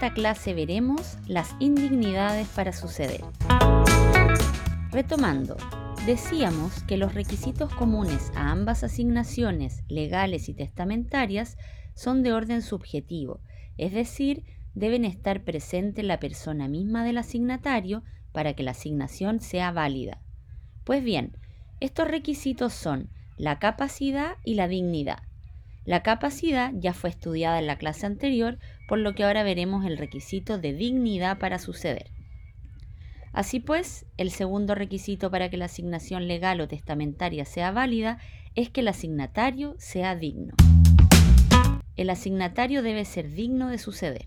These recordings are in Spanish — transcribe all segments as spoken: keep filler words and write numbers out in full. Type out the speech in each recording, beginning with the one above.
esta clase veremos las indignidades para suceder. Retomando, decíamos que los requisitos comunes a ambas asignaciones legales y testamentarias son de orden subjetivo, es decir, deben estar presentes la persona misma del asignatario para que la asignación sea válida. Pues bien, estos requisitos son la capacidad y la dignidad. La capacidad ya fue estudiada en la clase anterior, por lo que ahora veremos el requisito de dignidad para suceder. Así pues, el segundo requisito para que la asignación legal o testamentaria sea válida es que el asignatario sea digno. El asignatario debe ser digno de suceder.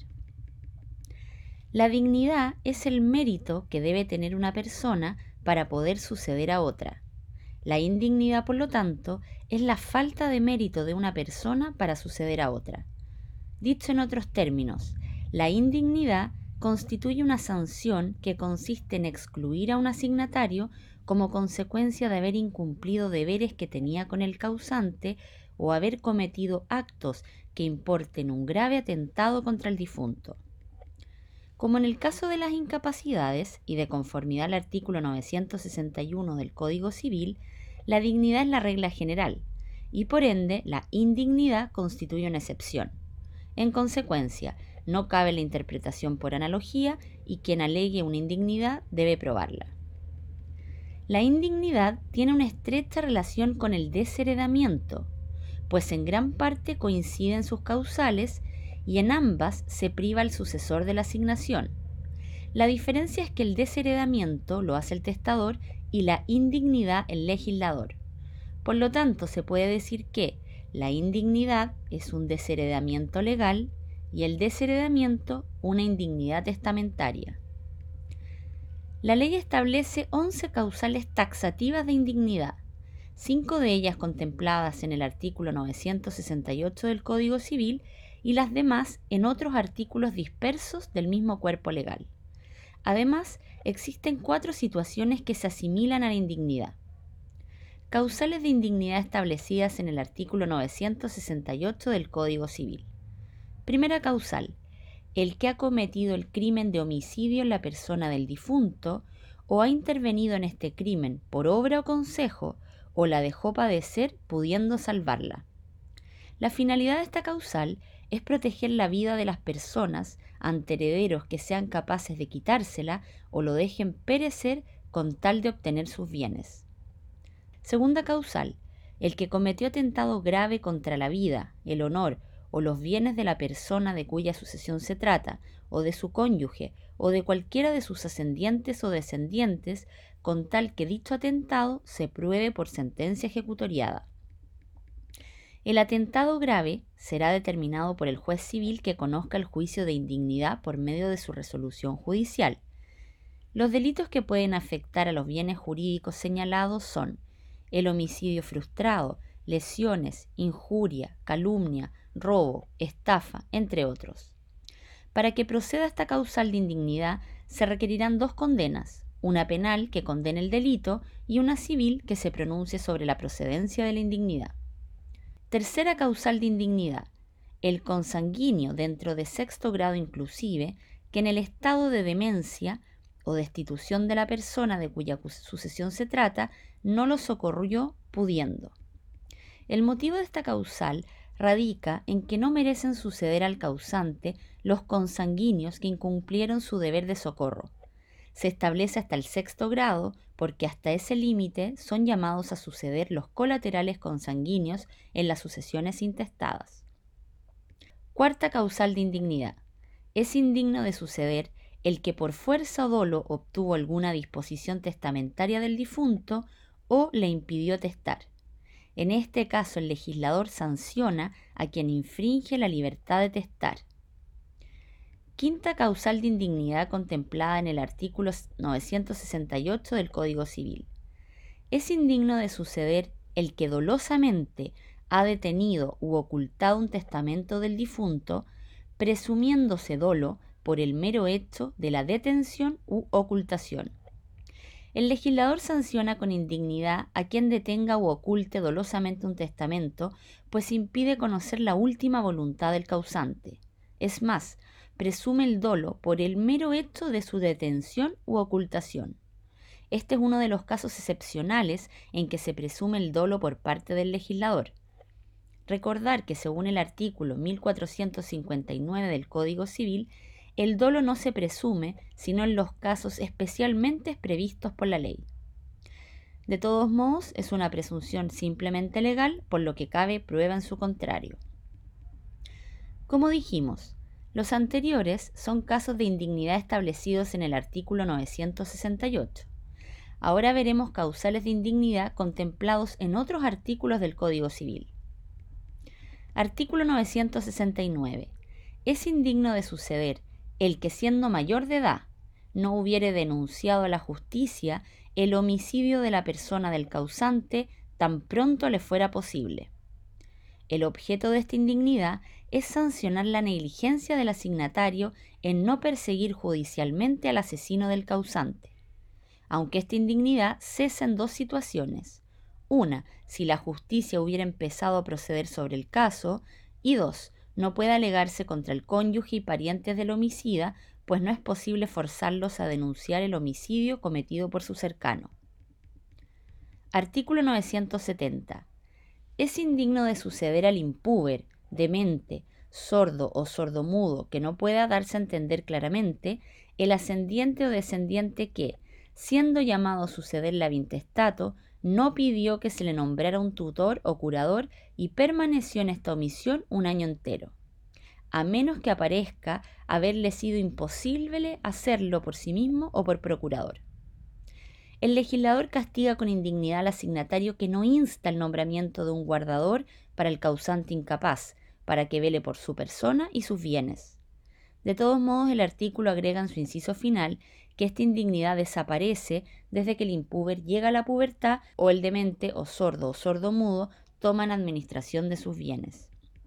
La dignidad es el mérito que debe tener una persona para poder suceder a otra. La indignidad, por lo tanto, es la falta de mérito de una persona para suceder a otra. Dicho en otros términos, la indignidad constituye una sanción que consiste en excluir a un asignatario como consecuencia de haber incumplido deberes que tenía con el causante o haber cometido actos que importen un grave atentado contra el difunto. Como en el caso de las incapacidades y de conformidad al artículo novecientos sesenta y uno del Código Civil, la dignidad es la regla general y por ende la indignidad constituye una excepción. En consecuencia, no cabe la interpretación por analogía y quien alegue una indignidad debe probarla. La indignidad tiene una estrecha relación con el desheredamiento, pues en gran parte coinciden sus causales y en ambas se priva al sucesor de la asignación. La diferencia es que el desheredamiento lo hace el testador y la indignidad el legislador. Por lo tanto, se puede decir que la indignidad es un desheredamiento legal y el desheredamiento una indignidad testamentaria. La ley establece once causales taxativas de indignidad, cinco de ellas contempladas en el artículo novecientos sesenta y ocho del Código Civil y las demás en otros artículos dispersos del mismo cuerpo legal. Además, existen cuatro situaciones que se asimilan a la indignidad. Causales de indignidad establecidas en el artículo novecientos sesenta y ocho del Código Civil. Primera causal: el que ha cometido el crimen de homicidio en la persona del difunto o ha intervenido en este crimen por obra o consejo o la dejó padecer pudiendo salvarla. La finalidad de esta causal es proteger la vida de las personas ante herederos que sean capaces de quitársela o lo dejen perecer con tal de obtener sus bienes. Segunda causal: el que cometió atentado grave contra la vida, el honor o los bienes de la persona de cuya sucesión se trata, o de su cónyuge, o de cualquiera de sus ascendientes o descendientes, con tal que dicho atentado se pruebe por sentencia ejecutoriada. El atentado grave será determinado por el juez civil que conozca el juicio de indignidad por medio de su resolución judicial. Los delitos que pueden afectar a los bienes jurídicos señalados son el homicidio frustrado, lesiones, injuria, calumnia, robo, estafa, entre otros. Para que proceda esta causal de indignidad se requerirán dos condenas, una penal que condene el delito y una civil que se pronuncie sobre la procedencia de la indignidad. Tercera causal de indignidad: el consanguíneo dentro de sexto grado inclusive, que en el estado de demencia o destitución de la persona de cuya sucesión se trata, no lo socorrió pudiendo. El motivo de esta causal radica en que no merecen suceder al causante los consanguíneos que incumplieron su deber de socorro. Se establece hasta el sexto grado porque hasta ese límite son llamados a suceder los colaterales consanguíneos en las sucesiones intestadas. Cuarta causal de indignidad: es indigno de suceder el que por fuerza o dolo obtuvo alguna disposición testamentaria del difunto o le impidió testar. En este caso, el legislador sanciona a quien infringe la libertad de testar. Quinta causal de indignidad contemplada en el artículo novecientos sesenta y ocho del Código Civil. Es indigno de suceder el que dolosamente ha detenido u ocultado un testamento del difunto, presumiéndose dolo por el mero hecho de la detención u ocultación. El legislador sanciona con indignidad a quien detenga u oculte dolosamente un testamento, pues impide conocer la última voluntad del causante. Es más, presume el dolo por el mero hecho de su detención u ocultación. Este es uno de los casos excepcionales en que se presume el dolo por parte del legislador. Recordar que según el artículo mil cuatrocientos cincuenta y nueve del Código Civil, el dolo no se presume sino en los casos especialmente previstos por la ley. De todos modos, es una presunción simplemente legal, por lo que cabe prueba en su contrario. Como dijimos, los anteriores son casos de indignidad establecidos en el artículo novecientos sesenta y ocho. Ahora veremos causales de indignidad contemplados en otros artículos del Código Civil. Artículo novecientos sesenta y nueve. Es indigno de suceder el que, siendo mayor de edad, no hubiere denunciado a la justicia el homicidio de la persona del causante tan pronto le fuera posible. El objeto de esta indignidad es sancionar la negligencia del asignatario en no perseguir judicialmente al asesino del causante, aunque esta indignidad cesa en dos situaciones. Una, si la justicia hubiera empezado a proceder sobre el caso, y dos, no puede alegarse contra el cónyuge y parientes del homicida, pues no es posible forzarlos a denunciar el homicidio cometido por su cercano. Artículo novecientos setenta. Es indigno de suceder al impúber, demente, sordo o sordomudo que no pueda darse a entender claramente, el ascendiente o descendiente que, siendo llamado a sucederle ab intestato, no pidió que se le nombrara un tutor o curador y permaneció en esta omisión un año entero, a menos que aparezca haberle sido imposible hacerlo por sí mismo o por procurador. El legislador castiga con indignidad al asignatario que no insta el nombramiento de un guardador para el causante incapaz, para que vele por su persona y sus bienes. De todos modos, el artículo agrega en su inciso final que esta indignidad desaparece desde que el impúber llega a la pubertad o el demente o sordo o sordomudo toman administración de sus bienes.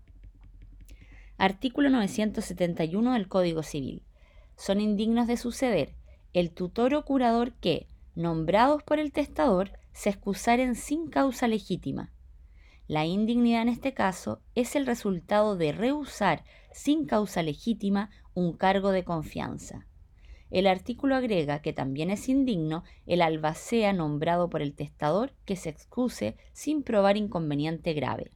Artículo novecientos setenta y uno del Código Civil. Son indignos de suceder el tutor o curador que, nombrados por el testador, se excusaren sin causa legítima. La indignidad en este caso es el resultado de rehusar sin causa legítima un cargo de confianza. El artículo agrega que también es indigno el albacea nombrado por el testador que se excuse sin probar inconveniente grave.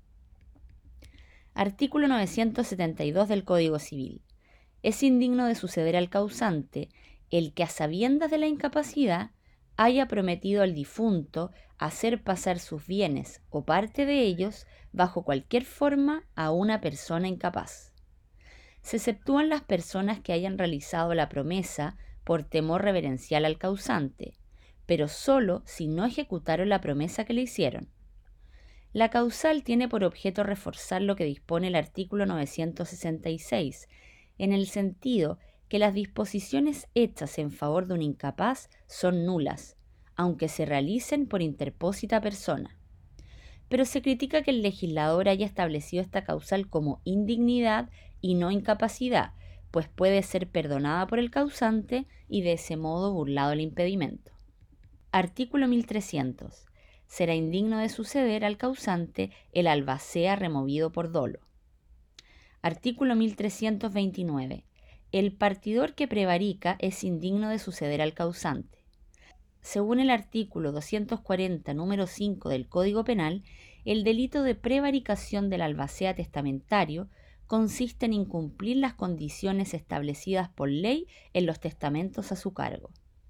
Artículo novecientos setenta y dos del Código Civil. Es indigno de suceder al causante el que, a sabiendas de la incapacidad, haya prometido al difunto hacer pasar sus bienes o parte de ellos bajo cualquier forma a una persona incapaz. Se exceptúan las personas que hayan realizado la promesa por temor reverencial al causante, pero solo si no ejecutaron la promesa que le hicieron. La causal tiene por objeto reforzar lo que dispone el artículo novecientos sesenta y seis, en el sentido que las disposiciones hechas en favor de un incapaz son nulas, aunque se realicen por interpósita persona. Pero se critica que el legislador haya establecido esta causal como indignidad y no incapacidad, pues puede ser perdonada por el causante y de ese modo burlado el impedimento. Artículo mil trescientos. Será indigno de suceder al causante el albacea removido por dolo. Artículo mil trescientos veintinueve. El partidor que prevarica es indigno de suceder al causante. Según el artículo doscientos cuarenta, número cinco del Código Penal, el delito de prevaricación del albacea testamentario consiste en incumplir las condiciones establecidas por ley en los testamentos a su cargo.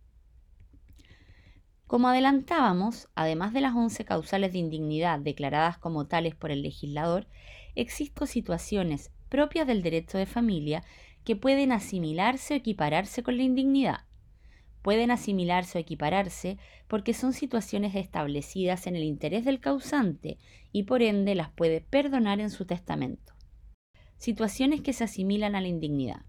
Como adelantábamos, además de las once causales de indignidad declaradas como tales por el legislador, existen situaciones propias del derecho de familia que pueden asimilarse o equipararse con la indignidad. Pueden asimilarse o equipararse porque son situaciones establecidas en el interés del causante y por ende las puede perdonar en su testamento. Situaciones que se asimilan a la indignidad.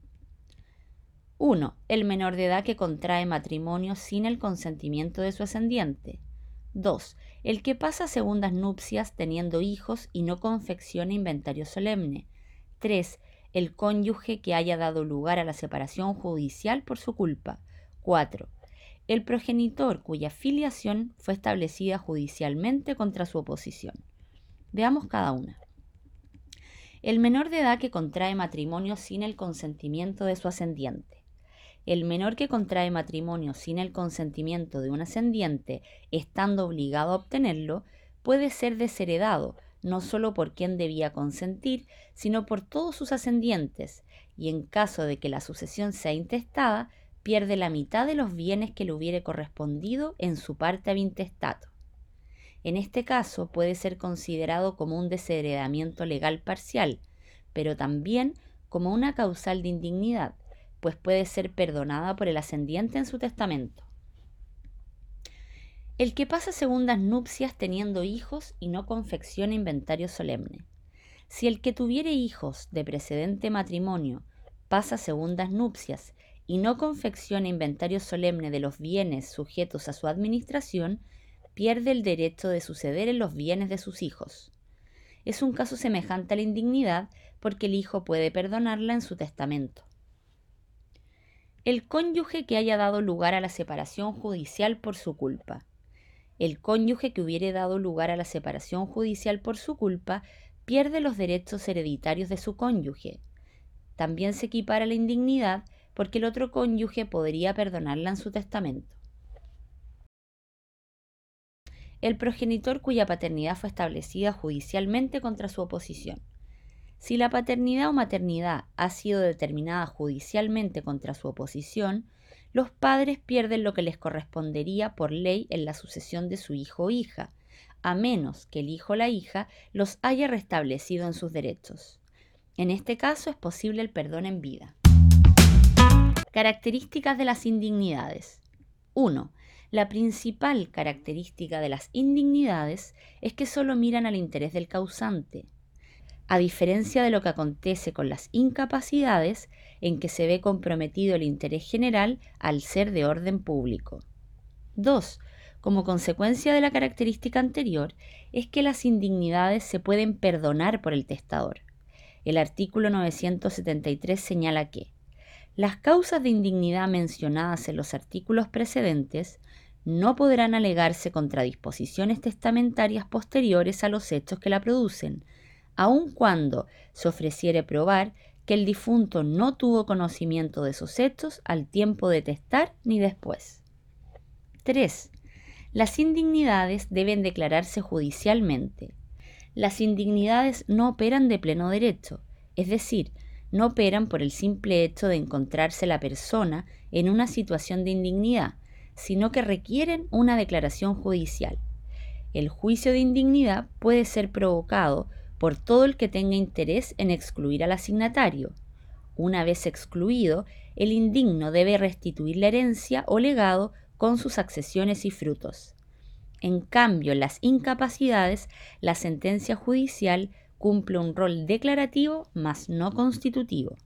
uno. El menor de edad que contrae matrimonio sin el consentimiento de su ascendiente. dos. El que pasa segundas nupcias teniendo hijos y no confecciona inventario solemne. tres. El cónyuge que haya dado lugar a la separación judicial por su culpa. cuatro. El progenitor cuya filiación fue establecida judicialmente contra su oposición. Veamos cada una. el menor de edad que contrae matrimonio sin el consentimiento de su ascendiente. El menor que contrae matrimonio sin el consentimiento de un ascendiente, estando obligado a obtenerlo, puede ser desheredado, no solo por quien debía consentir, sino por todos sus ascendientes, y en caso de que la sucesión sea intestada, pierde la mitad de los bienes que le hubiere correspondido en su parte ab intestato. En este caso puede ser considerado como un desheredamiento legal parcial, pero también como una causal de indignidad, pues puede ser perdonada por el ascendiente en su testamento. El que pasa segundas nupcias teniendo hijos y no confecciona inventario solemne. Si el que tuviere hijos de precedente matrimonio pasa segundas nupcias y no confecciona inventario solemne de los bienes sujetos a su administración, pierde el derecho de suceder en los bienes de sus hijos. Es un caso semejante a la indignidad porque el hijo puede perdonarla en su testamento. El cónyuge que haya dado lugar a la separación judicial por su culpa. El cónyuge que hubiere dado lugar a la separación judicial por su culpa pierde los derechos hereditarios de su cónyuge. También se equipara a la indignidad porque el otro cónyuge podría perdonarla en su testamento. El progenitor cuya paternidad fue establecida judicialmente contra su oposición. Si la paternidad o maternidad ha sido determinada judicialmente contra su oposición, los padres pierden lo que les correspondería por ley en la sucesión de su hijo o hija, a menos que el hijo o la hija los haya restablecido en sus derechos. En este caso es posible el perdón en vida. Características de las indignidades. uno. La principal característica de las indignidades es que solo miran al interés del causante, a diferencia de lo que acontece con las incapacidades, en que se ve comprometido el interés general al ser de orden público. dos. Como consecuencia de la característica anterior, es que las indignidades se pueden perdonar por el testador. El artículo novecientos setenta y tres señala que las causas de indignidad mencionadas en los artículos precedentes no podrán alegarse contra disposiciones testamentarias posteriores a los hechos que la producen, aun cuando se ofreciere probar que el difunto no tuvo conocimiento de esos hechos al tiempo de testar ni después. tres. Las indignidades deben declararse judicialmente. Las indignidades no operan de pleno derecho, es decir, no operan por el simple hecho de encontrarse la persona en una situación de indignidad, sino que requieren una declaración judicial. El juicio de indignidad puede ser provocado por todo el que tenga interés en excluir al asignatario. Una vez excluido, el indigno debe restituir la herencia o legado con sus accesiones y frutos. En cambio, en las incapacidades, la sentencia judicial cumple un rol declarativo, mas no constitutivo.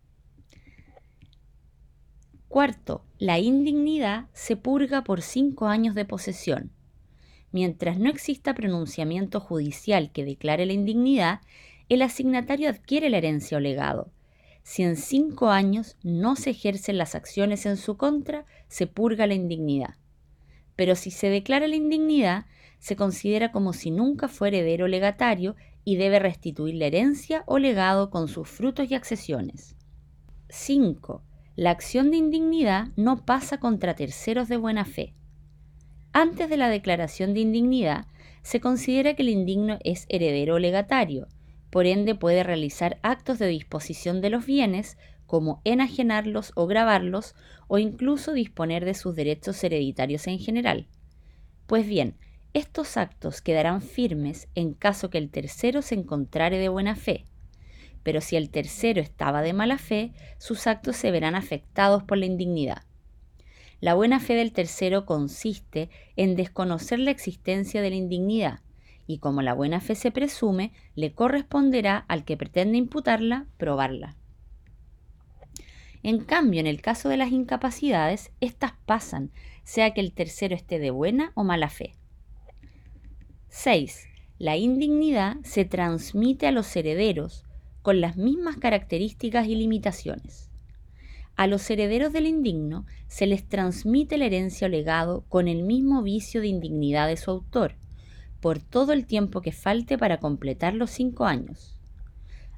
Cuarto, la indignidad se purga por cinco años de posesión. Mientras no exista pronunciamiento judicial que declare la indignidad, el asignatario adquiere la herencia o legado. Si en cinco años no se ejercen las acciones en su contra, se purga la indignidad. Pero si se declara la indignidad, se considera como si nunca fuera heredero legatario y debe restituir la herencia o legado con sus frutos y accesiones. cinco. La acción de indignidad no pasa contra terceros de buena fe. Antes de la declaración de indignidad, se considera que el indigno es heredero o legatario, por ende puede realizar actos de disposición de los bienes, como enajenarlos o gravarlos, o incluso disponer de sus derechos hereditarios en general. Pues bien, estos actos quedarán firmes en caso que el tercero se encontrare de buena fe, pero si el tercero estaba de mala fe, sus actos se verán afectados por la indignidad. La buena fe del tercero consiste en desconocer la existencia de la indignidad, y como la buena fe se presume, le corresponderá al que pretende imputarla probarla. En cambio, en el caso de las incapacidades, éstas pasan, sea que el tercero esté de buena o mala fe. seis. La indignidad se transmite a los herederos con las mismas características y limitaciones. A los herederos del indigno se les transmite la herencia o legado con el mismo vicio de indignidad de su autor, por todo el tiempo que falte para completar los cinco años.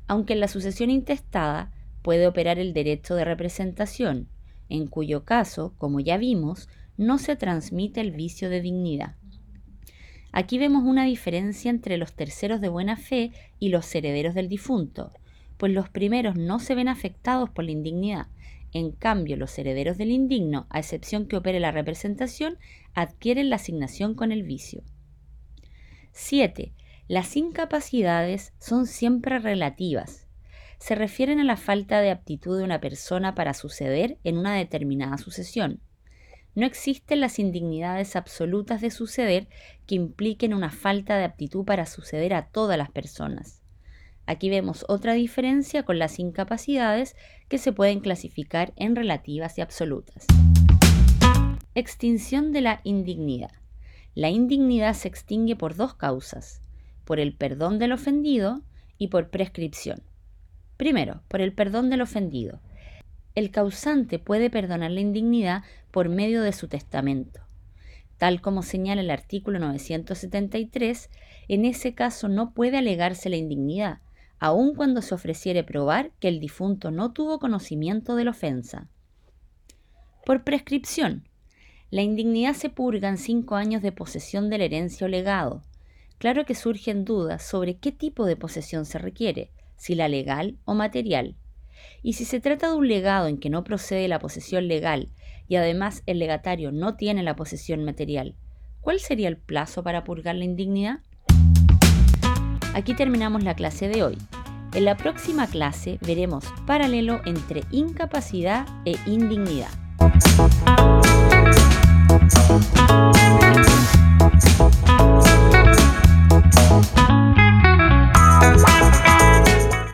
aunque en la sucesión intestada puede operar el derecho de representación, en cuyo caso, como ya vimos, no se transmite el vicio de dignidad. Aquí vemos una diferencia entre los terceros de buena fe y los herederos del difunto, pues los primeros no se ven afectados por la indignidad. En cambio, los herederos del indigno, a excepción que opere la representación, adquieren la asignación con el vicio. siete. Las incapacidades son siempre relativas. Se refieren a la falta de aptitud de una persona para suceder en una determinada sucesión. No existen las indignidades absolutas de suceder que impliquen una falta de aptitud para suceder a todas las personas. Aquí vemos otra diferencia con las incapacidades que se pueden clasificar en relativas y absolutas. Extinción de la indignidad. La indignidad se extingue por dos causas, por el perdón del ofendido y por prescripción. Primero, por el perdón del ofendido. El causante puede perdonar la indignidad por medio de su testamento. Tal como señala el artículo novecientos setenta y tres, en ese caso no puede alegarse la indignidad, aun cuando se ofreciere probar que el difunto no tuvo conocimiento de la ofensa. Por prescripción. La indignidad se purga en cinco años de posesión de la herencia o legado. Claro que surgen dudas sobre qué tipo de posesión se requiere, si la legal o material. Y si se trata de un legado en que no procede la posesión legal y además el legatario no tiene la posesión material, ¿cuál sería el plazo para purgar la indignidad? Aquí terminamos la clase de hoy. En la próxima clase veremos paralelo entre incapacidad e indignidad. Thank you.